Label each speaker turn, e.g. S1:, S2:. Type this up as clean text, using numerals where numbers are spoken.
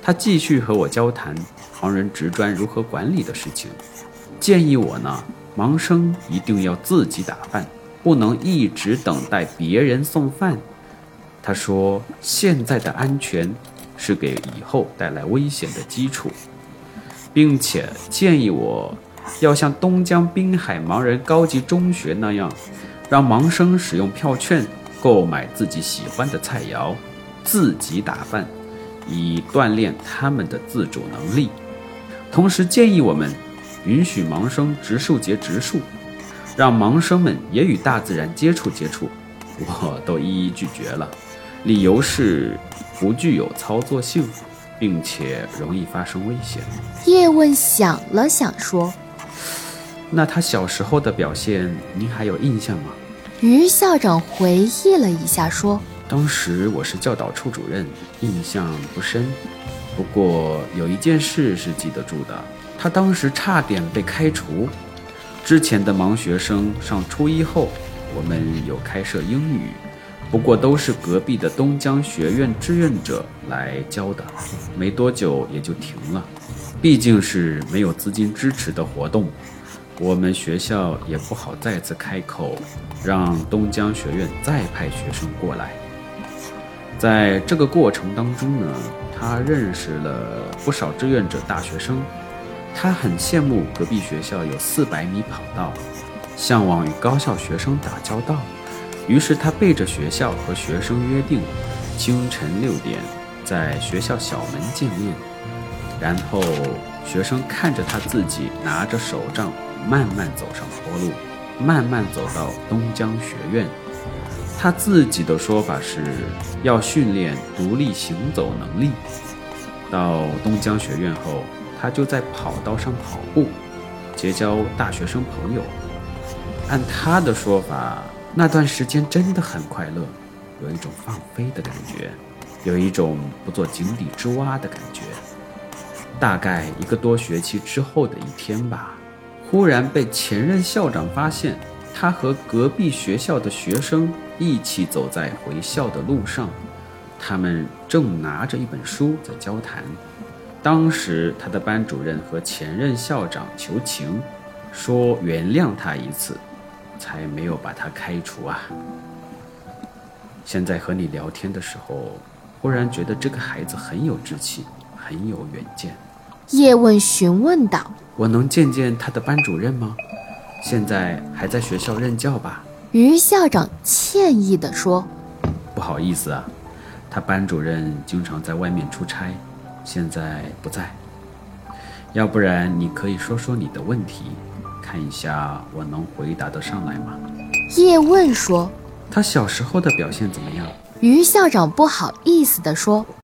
S1: 他继续和我交谈盲人职专如何管理的事情，建议我呢，盲生一定要自己打饭，不能一直等待别人送饭。他说现在的安全是给以后带来危险的基础，并且建议我要像东江滨海盲人高级中学那样，让盲生使用票券购买自己喜欢的菜肴，自己打饭，以锻炼他们的自主能力。同时建议我们允许盲生植树节植树，让盲生们也与大自然接触接触。我都一一拒绝了，理由是不具有操作性，并且容易发生危险。
S2: 叶问想了想说，
S1: 那他小时候的表现您还有印象吗？
S2: 于校长回忆了一下说，
S1: 当时我是教导处主任，印象不深，不过有一件事是记得住的，他当时差点被开除。之前的盲学生上初一后，我们有开设英语，不过都是隔壁的东江学院志愿者来教的，没多久也就停了。毕竟是没有资金支持的活动，我们学校也不好再次开口让东江学院再派学生过来。在这个过程当中呢，他认识了不少志愿者大学生，他很羡慕隔壁学校有400米跑道，向往与高校学生打交道，于是他背着学校和学生约定，清晨6点在学校小门见面，然后学生看着他自己拿着手杖慢慢走上坡路，慢慢走到东江学院。他自己的说法是要训练独立行走能力。到东江学院后，他就在跑道上跑步，结交大学生朋友。按他的说法，那段时间真的很快乐，有一种放飞的感觉，有一种不做井底之蛙的感觉。大概1个多学期之后的一天吧，忽然被前任校长发现，他和隔壁学校的学生一起走在回校的路上，他们正拿着一本书在交谈。当时他的班主任和前任校长求情，说原谅他一次，才没有把他开除啊。现在和你聊天的时候，忽然觉得这个孩子很有志气，很有远见。
S2: 叶问询问道，
S1: 我能见见他的班主任吗？现在还在学校任教吧？
S2: 于校长歉意地说，
S1: 不好意思啊，他班主任经常在外面出差，现在不在。要不然你可以说说你的问题，看一下我能回答得上来吗？
S2: 叶问说，
S1: 他小时候的表现怎么样？
S2: 于校长不好意思地说，